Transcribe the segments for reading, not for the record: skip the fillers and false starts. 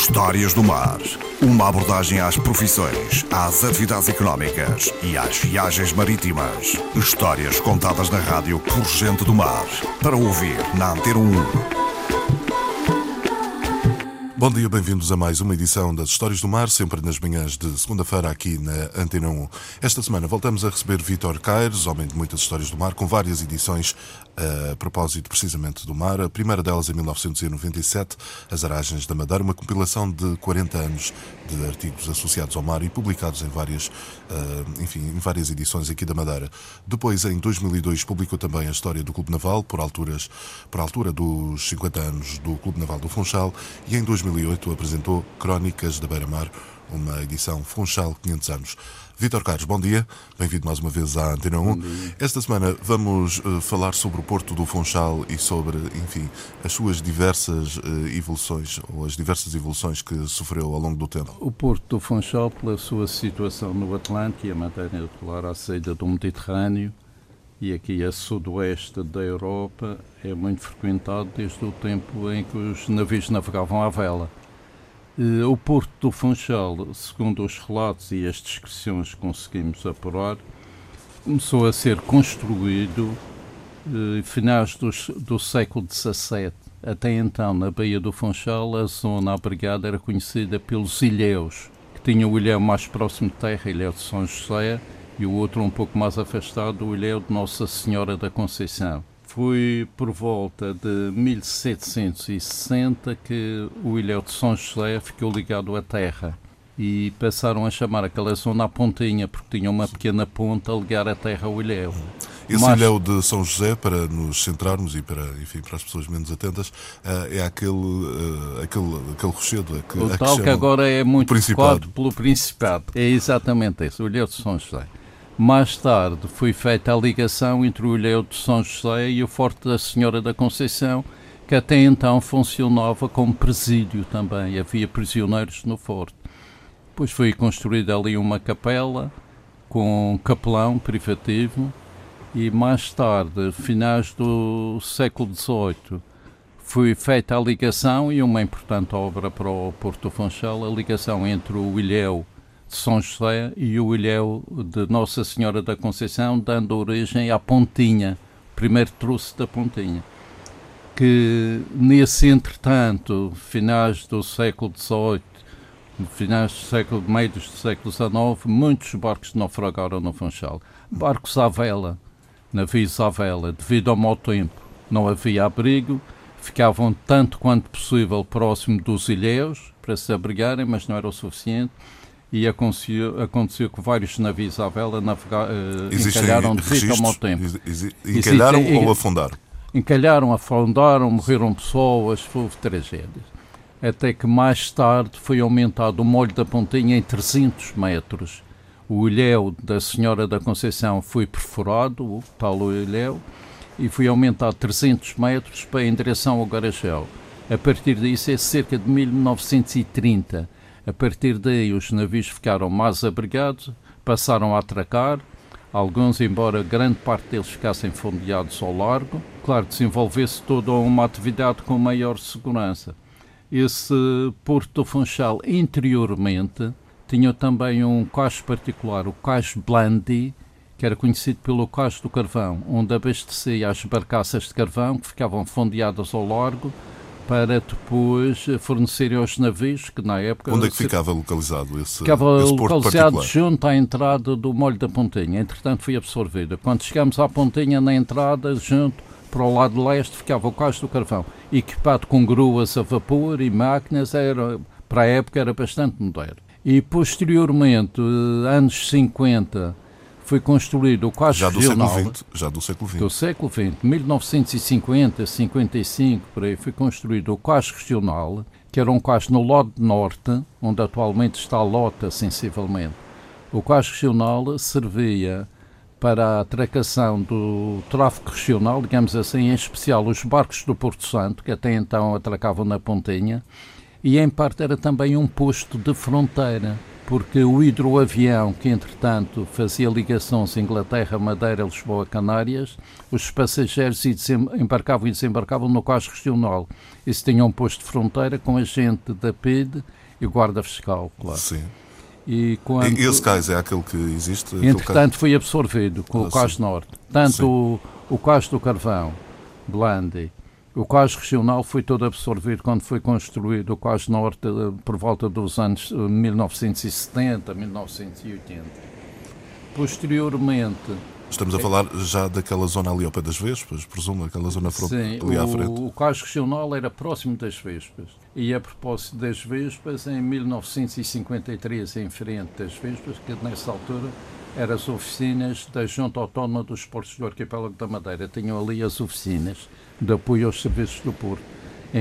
Histórias do Mar. Uma abordagem às profissões, às atividades económicas e às viagens marítimas. Histórias contadas na rádio por gente do mar. Para ouvir na Antena 1. Bom dia, bem-vindos a mais uma edição das Histórias do Mar, sempre nas manhãs de segunda-feira aqui na Antena 1. Esta semana voltamos a receber Vítor Caires, homem de muitas histórias do mar, com várias edições a propósito precisamente do mar. A primeira delas em 1997, As Aragens da Madeira, uma compilação de 40 anos de artigos associados ao mar e publicados em várias edições aqui da Madeira. Depois, em 2002, publicou também a história do Clube Naval, por altura dos 50 anos do Clube Naval do Funchal, e em 2008 apresentou Crónicas da Beira-Mar, uma edição Funchal 500 anos. Vítor Caires, bom dia, bem-vindo mais uma vez à Antena 1. Esta semana vamos falar sobre o Porto do Funchal e sobre, as suas diversas evoluções, ou as diversas evoluções que sofreu ao longo do tempo. O Porto do Funchal, pela sua situação no Atlântico e a Madeira, claro, à saída do Mediterrâneo, e aqui a sudoeste da Europa, é muito frequentado desde o tempo em que os navios navegavam à vela. O Porto do Funchal, segundo os relatos e as descrições que conseguimos apurar, começou a ser construído em finais do século XVII. Até então, na Baía do Funchal, a zona abrigada era conhecida pelos ilhéus, que tinham o ilhéu mais próximo de terra, Ilhéu de São José, e o outro um pouco mais afastado, o ilhéu de Nossa Senhora da Conceição. Foi por volta de 1760 que o ilhéu de São José ficou ligado à terra e passaram a chamar aquela zona a Pontinha, porque tinha uma pequena ponta a ligar a terra ao ilhéu. Esse ilhéu de São José, para nos centrarmos e para as pessoas menos atentas, é aquele rochedo o tal que agora é muito tocado pelo Principado. É exatamente esse, o ilhéu de São José. Mais tarde foi feita a ligação entre o ilhéu de São José e o Forte da Senhora da Conceição, que até então funcionava como presídio também, havia prisioneiros no forte. Depois foi construída ali uma capela com um capelão privativo e mais tarde, finais do século XVIII, foi feita a ligação e uma importante obra para o Porto do Funchal, a ligação entre o ilhéu de São José e o ilhéu de Nossa Senhora da Conceição, dando origem à Pontinha, primeiro troço da Pontinha, que nesse entretanto, finais do século XVIII, meios do século XIX, muitos barcos naufragaram no Funchal. Barcos à vela, navios à vela, devido ao mau tempo, não havia abrigo, ficavam tanto quanto possível próximo dos ilhéus para se abrigarem, mas não era o suficiente. E aconteceu que vários navios à vela encalharam devido ao mau tempo. Encalharam ou afundaram? Encalharam, afundaram, morreram pessoas, houve tragédias. Até que mais tarde foi aumentado o molho da Pontinha em 300 metros. O ilhéu da Senhora da Conceição foi perfurado, o tal ilhéu, e foi aumentado 300 metros para em direção ao Garachel. A partir disso é cerca de 1930. A partir daí os navios ficaram mais abrigados, passaram a atracar, alguns, embora grande parte deles ficassem fondeados ao largo. Claro, desenvolveu-se toda uma atividade com maior segurança. Esse Porto do Funchal, interiormente, tinha também um cais particular, o Cais Blandi, que era conhecido pelo Cais do Carvão, onde abastecia as barcaças de carvão que ficavam fondeadas ao largo, para depois fornecerem aos navios, que na época... Onde é que ficava localizado esse Ficava porto localizado particular? Junto à entrada do molho da Pontinha, entretanto foi absorvido. Quando chegamos à Pontinha, na entrada, junto para o lado leste, ficava o Cais do Carvão, equipado com gruas a vapor e máquinas, para a época era bastante moderno. E posteriormente, anos 50... foi construído o cais regional. Já do século XX. Do século XX, 1950, 55, por aí, foi construído o cais regional, que era um cais no Lode Norte, onde atualmente está a Lota, sensivelmente. O cais regional servia para a atracação do tráfego regional, digamos assim, em especial os barcos do Porto Santo, que até então atracavam na Pontinha, e em parte era também um posto de fronteira. porque o hidroavião, que entretanto fazia ligações Inglaterra, Madeira, Lisboa, Canárias, os passageiros embarcavam e desembarcavam no cais regional. Isso tinha um posto de fronteira com agente da PIDE e guarda fiscal, claro. Sim. E esse cais é aquele que existe? Entretanto foi absorvido com o cais norte. Tanto o cais do Carvão, Blandi, o cais regional foi todo absorvido quando foi construído o cais norte por volta dos anos 1970, 1980. Posteriormente... Estamos a falar já daquela zona ali ao pé das Vespas, presumo, aquela zona ali à frente. O cais regional era próximo das Vespas. E a propósito das Vespas, em 1953, em frente das Vespas, que nessa altura eram as oficinas da Junta Autónoma dos Portos do Arquipélago da Madeira. Tinham ali as oficinas de apoio aos serviços do Porto. Em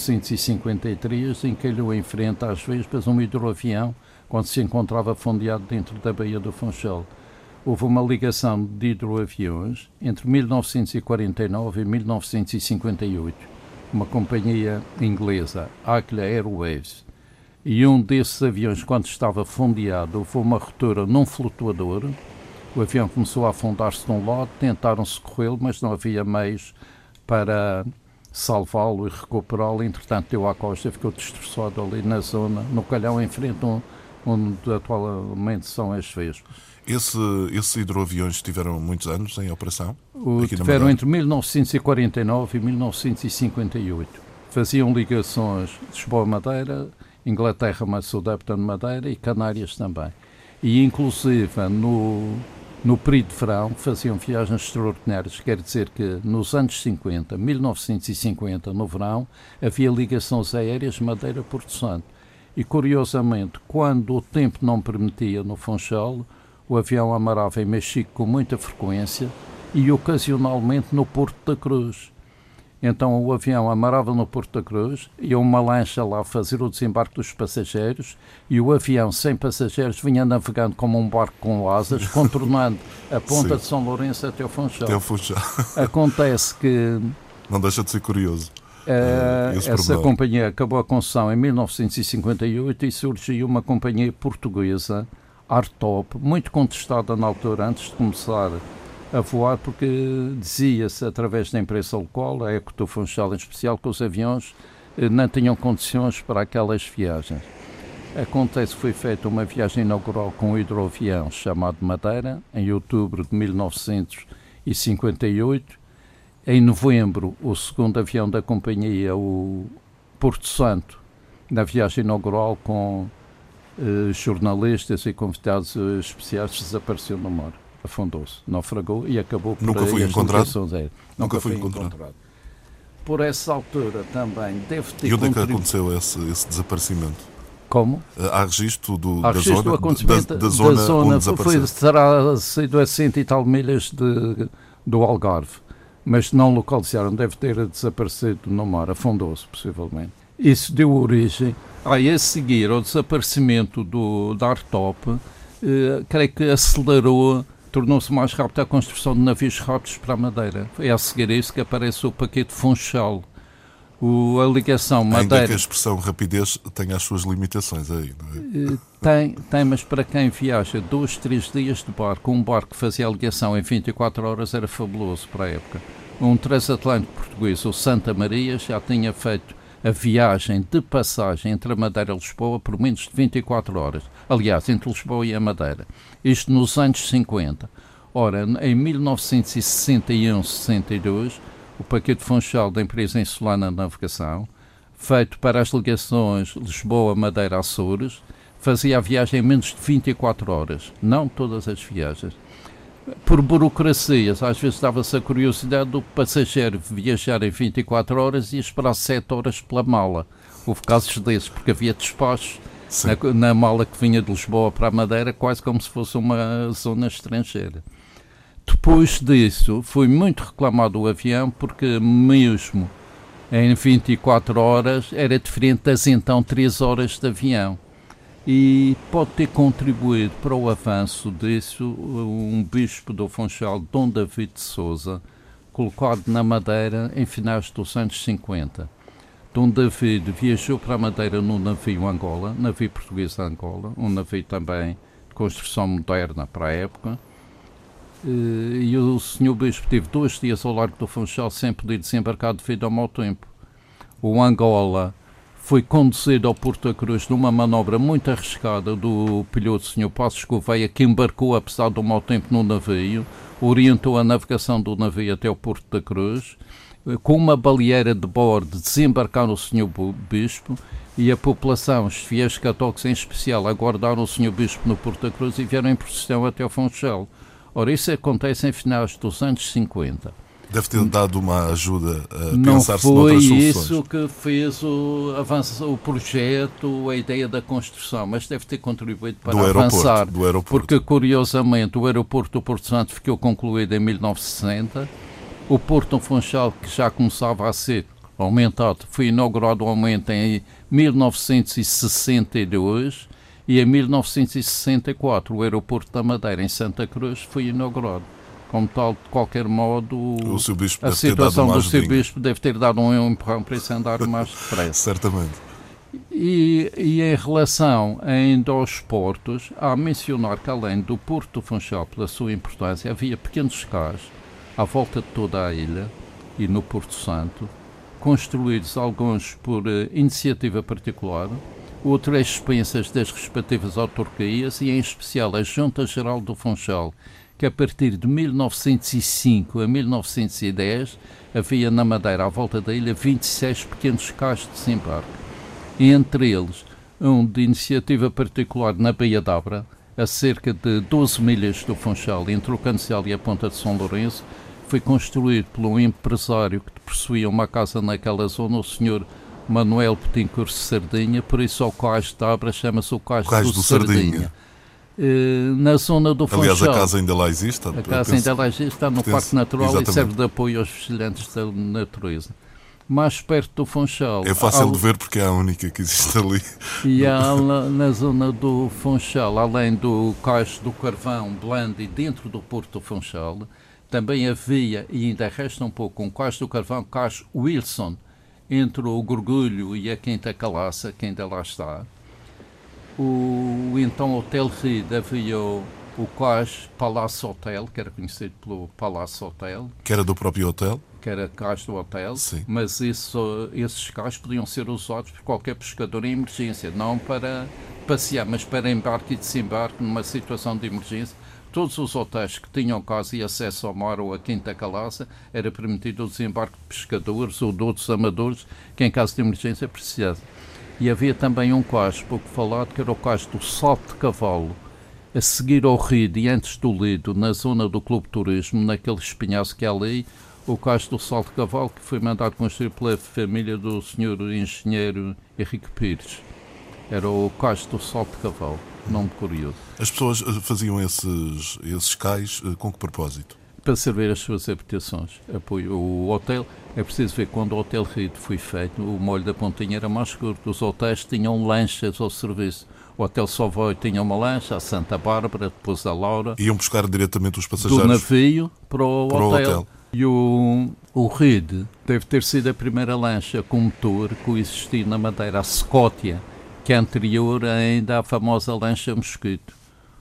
1953, encalhou em frente às Vespas um hidroavião quando se encontrava fondeado dentro da Baía do Funchal. Houve uma ligação de hidroaviões entre 1949 e 1958. Uma companhia inglesa, Aquila Airways, e um desses aviões, quando estava fondeado, houve uma ruptura num flutuador. O avião começou a afundar-se de um lado, tentaram socorrê-lo, mas não havia meios para salvá-lo e recuperá-lo. Entretanto, deu à costa, ficou destroçado ali na zona, no calhão em frente onde atualmente são as Vespas. Esses hidroaviões tiveram muitos anos em operação? Tiveram entre 1949 e 1958. Faziam ligações Lisboa-Madeira, Inglaterra-Southampton-Madeira e Canárias também. E inclusive no período de verão faziam viagens extraordinárias, quer dizer que nos anos 50, 1950, no verão, havia ligações aéreas Madeira-Porto Santo. E curiosamente, quando o tempo não permitia no Funchal, o avião amarrava em Mexico com muita frequência e ocasionalmente no Porto da Cruz. Então o avião amarrava no Porto da Cruz, ia uma lancha lá fazer o desembarque dos passageiros e o avião sem passageiros vinha navegando como um barco com asas, contornando a ponta de São Lourenço até o Funchal. Acontece que... Não deixa de ser curioso. Essa companhia acabou a concessão em 1958 e surgiu uma companhia portuguesa, Artop, muito contestada na altura, antes de começar a voar, porque dizia-se através da imprensa local, a Eco do Funchal em especial, que os aviões não tinham condições para aquelas viagens. Acontece que foi feita uma viagem inaugural com um hidroavião chamado Madeira, em outubro de 1958. Em novembro, o segundo avião da companhia, o Porto Santo, na viagem inaugural com jornalistas e convidados especiais, desapareceu no mar. Afundou-se, naufragou e acabou por... Nunca foi encontrado? Nunca foi encontrado. Por essa altura também deve ter... E onde é que aconteceu esse desaparecimento? Como? Há registro do acontecimento da zona onde desapareceu? Terá sido a 100 e tal milhas do Algarve, mas não localizaram, deve ter desaparecido no mar, afundou-se possivelmente. Isso deu origem, a seguir ao desaparecimento da Artop, creio que acelerou, tornou-se mais rápido a construção de navios rápidos para a Madeira. É a seguir a isso que aparece o paquete Funchal. A ligação Madeira... Ainda que a expressão rapidez tem as suas limitações aí, não é? Tem, mas para quem viaja 2, 3 dias de barco, um barco que fazia a ligação em 24 horas era fabuloso para a época. Um transatlântico português, o Santa Maria, já tinha feito a viagem de passagem entre a Madeira e Lisboa por menos de 24 horas. Aliás, entre Lisboa e a Madeira. Isto nos anos 50. Ora, em 1961-62, o paquete Funchal da empresa Insulana de Navegação, feito para as ligações Lisboa-Madeira-Açores, fazia a viagem em menos de 24 horas. Não todas as viagens. Por burocracias, às vezes dava-se a curiosidade do passageiro viajar em 24 horas e esperar 7 horas pela mala. Houve casos desses, porque havia despachos na mala que vinha de Lisboa para a Madeira, quase como se fosse uma zona estrangeira. Depois disso, foi muito reclamado o avião, porque mesmo em 24 horas era diferente das então 3 horas de avião. E pode ter contribuído para o avanço disso um bispo do Funchal, Dom David de Sousa, colocado na Madeira em finais dos anos 50. Dom David viajou para a Madeira num navio Angola, navio português de Angola, um navio também de construção moderna para a época. E o Sr. Bispo teve 2 dias ao largo do Funchal sem poder desembarcar devido ao mau tempo. O Angola foi conduzido ao Porto da Cruz numa manobra muito arriscada do piloto Sr. Passos Gouveia, que embarcou apesar do mau tempo no navio, orientou a navegação do navio até o Porto da Cruz, com uma baleeira de bordo desembarcaram o Sr. Bispo e a população, os fiéis católicos em especial, aguardaram o Sr. Bispo no Porto da Cruz e vieram em procissão até o Funchal. Ora, isso acontece em finais dos anos 50. Deve ter dado uma ajuda a Não pensar-se foi noutras soluções. isso que fez o projeto, a ideia da construção, mas deve ter contribuído para avançar. Do aeroporto. Porque, curiosamente, o aeroporto do Porto Santo ficou concluído em 1960. O Porto do Funchal, que já começava a ser aumentado, foi inaugurado aumento em 1962 e em 1964 o aeroporto da Madeira, em Santa Cruz, foi inaugurado. Como tal, de qualquer modo, a situação do Sr. Bispo deve ter dado um empurrão para isso andar mais depressa. Certamente. E em relação ainda aos portos, há a mencionar que além do Porto do Funchal, pela sua importância, havia pequenos cais à volta de toda a ilha e no Porto Santo, construídos alguns por iniciativa particular, outros a expensas das respectivas autarquias e em especial a Junta Geral do Funchal, que a partir de 1905 a 1910 havia na Madeira, à volta da ilha, 26 pequenos cais de desembarque. Entre eles, um de iniciativa particular na Baía de Abra, a cerca de 12 milhas do Funchal, entre o Cancel e a Ponta de São Lourenço, foi construído por um empresário que possuía uma casa naquela zona, o Sr. Manuel Petincourt Sardinha, por isso ao Cais de Abra chama-se o Cais do Sardinha. Na zona do Funchal. Aliás, a casa ainda lá existe. A casa ainda lá existe, está no Parque Natural. Exatamente. E serve de apoio aos vigilantes da natureza. Mais perto do Funchal. É fácil de ver porque é a única que existe ali. E há na zona do Funchal, além do Cais do Carvão, Blando e dentro do Porto do Funchal, também havia, e ainda resta um pouco, um Cais do Carvão, Cais Wilson, entre o Gorgulho e a Quinta Calaça, que ainda lá está. O então Hotel Ride havia o Cais Palácio Hotel, que era conhecido pelo Palácio Hotel. Que era do próprio hotel. Que era Cais do Hotel, sim. Mas esses cais podiam ser usados por qualquer pescador em emergência, não para passear, mas para embarque e desembarque numa situação de emergência. Todos os hotéis que tinham casa e acesso ao mar ou a Quinta Calaça era permitido o desembarque de pescadores ou de outros amadores que em caso de emergência precisassem. E havia também um cais pouco falado, que era o cais do Salto de Cavalo, a seguir ao Rio e antes do Lido, na zona do Clube Turismo, naquele espinhaço que há ali, o cais do Salto de Cavalo, que foi mandado construir pela família do Sr. Engenheiro Henrique Pires. Era o cais do Salto de Cavalo, nome curioso. As pessoas faziam esses cais com que propósito? Para servir as suas habitações. O hotel, é preciso ver, quando o Hotel Rio foi feito, o Molho da Pontinha era mais curto. Os hotéis tinham lanchas ao serviço. O Hotel Savoy tinha uma lancha, a Santa Bárbara, depois a Laura. Iam buscar diretamente os passageiros? Do navio para o hotel. E o Ride deve ter sido a primeira lancha com motor que existiu na Madeira, a Scótia, que é anterior ainda à famosa lancha Mosquito.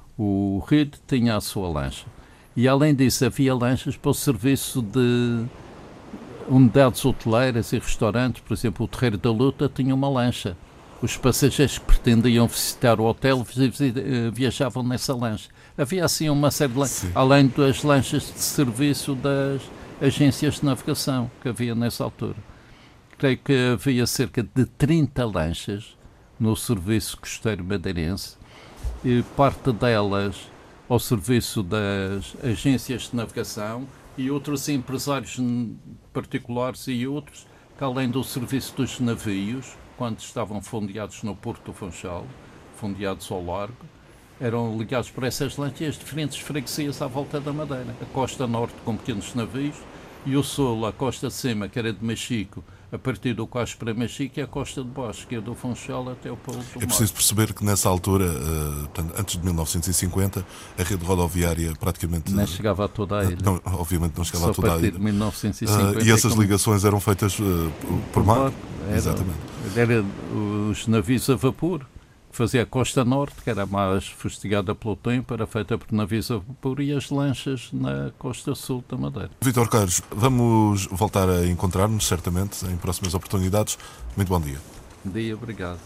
O Ride tinha a sua lancha. E além disso havia lanchas para o serviço de unidades hoteleiras e restaurantes. Por exemplo, o Terreiro da Luta tinha uma lancha. Os passageiros que pretendiam visitar o hotel viajavam nessa lancha. Havia assim uma série de lanchas, além das lanchas de serviço das agências de navegação que havia nessa altura. Creio que havia cerca de 30 lanchas no serviço costeiro madeirense, e parte delas ao serviço das agências de navegação e outros empresários particulares e outros que, além do serviço dos navios, quando estavam fondeados no Porto do Funchal, fondeados ao largo, eram ligados por essas lanchas e as diferentes freguesias à volta da Madeira. A costa norte com pequenos navios E o sul, a costa de cima, que era de Machico, a partir do Quais para Machico, e a costa de baixo, que é do Funchal até o Polo do Mar. É preciso perceber que nessa altura, portanto, antes de 1950, a rede rodoviária praticamente... Não chegava a toda a ilha. Não, obviamente não chegava Só a toda a partir ilha. de 1950. E essas ligações eram feitas por mar? Exatamente. Era os navios a vapor. Fazia a costa norte, que era mais fustigada pelo tempo, era feita por navios a vapor, e as lanchas na costa sul da Madeira. Vítor Caires, vamos voltar a encontrar-nos, certamente, em próximas oportunidades. Muito bom dia. Bom dia, obrigado.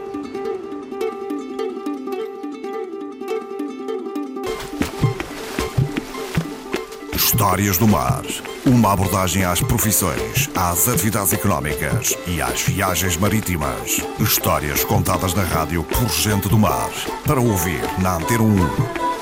Histórias do Mar. Uma abordagem às profissões, às atividades económicas e às viagens marítimas. Histórias contadas na rádio por gente do mar. Para ouvir na Antena 1.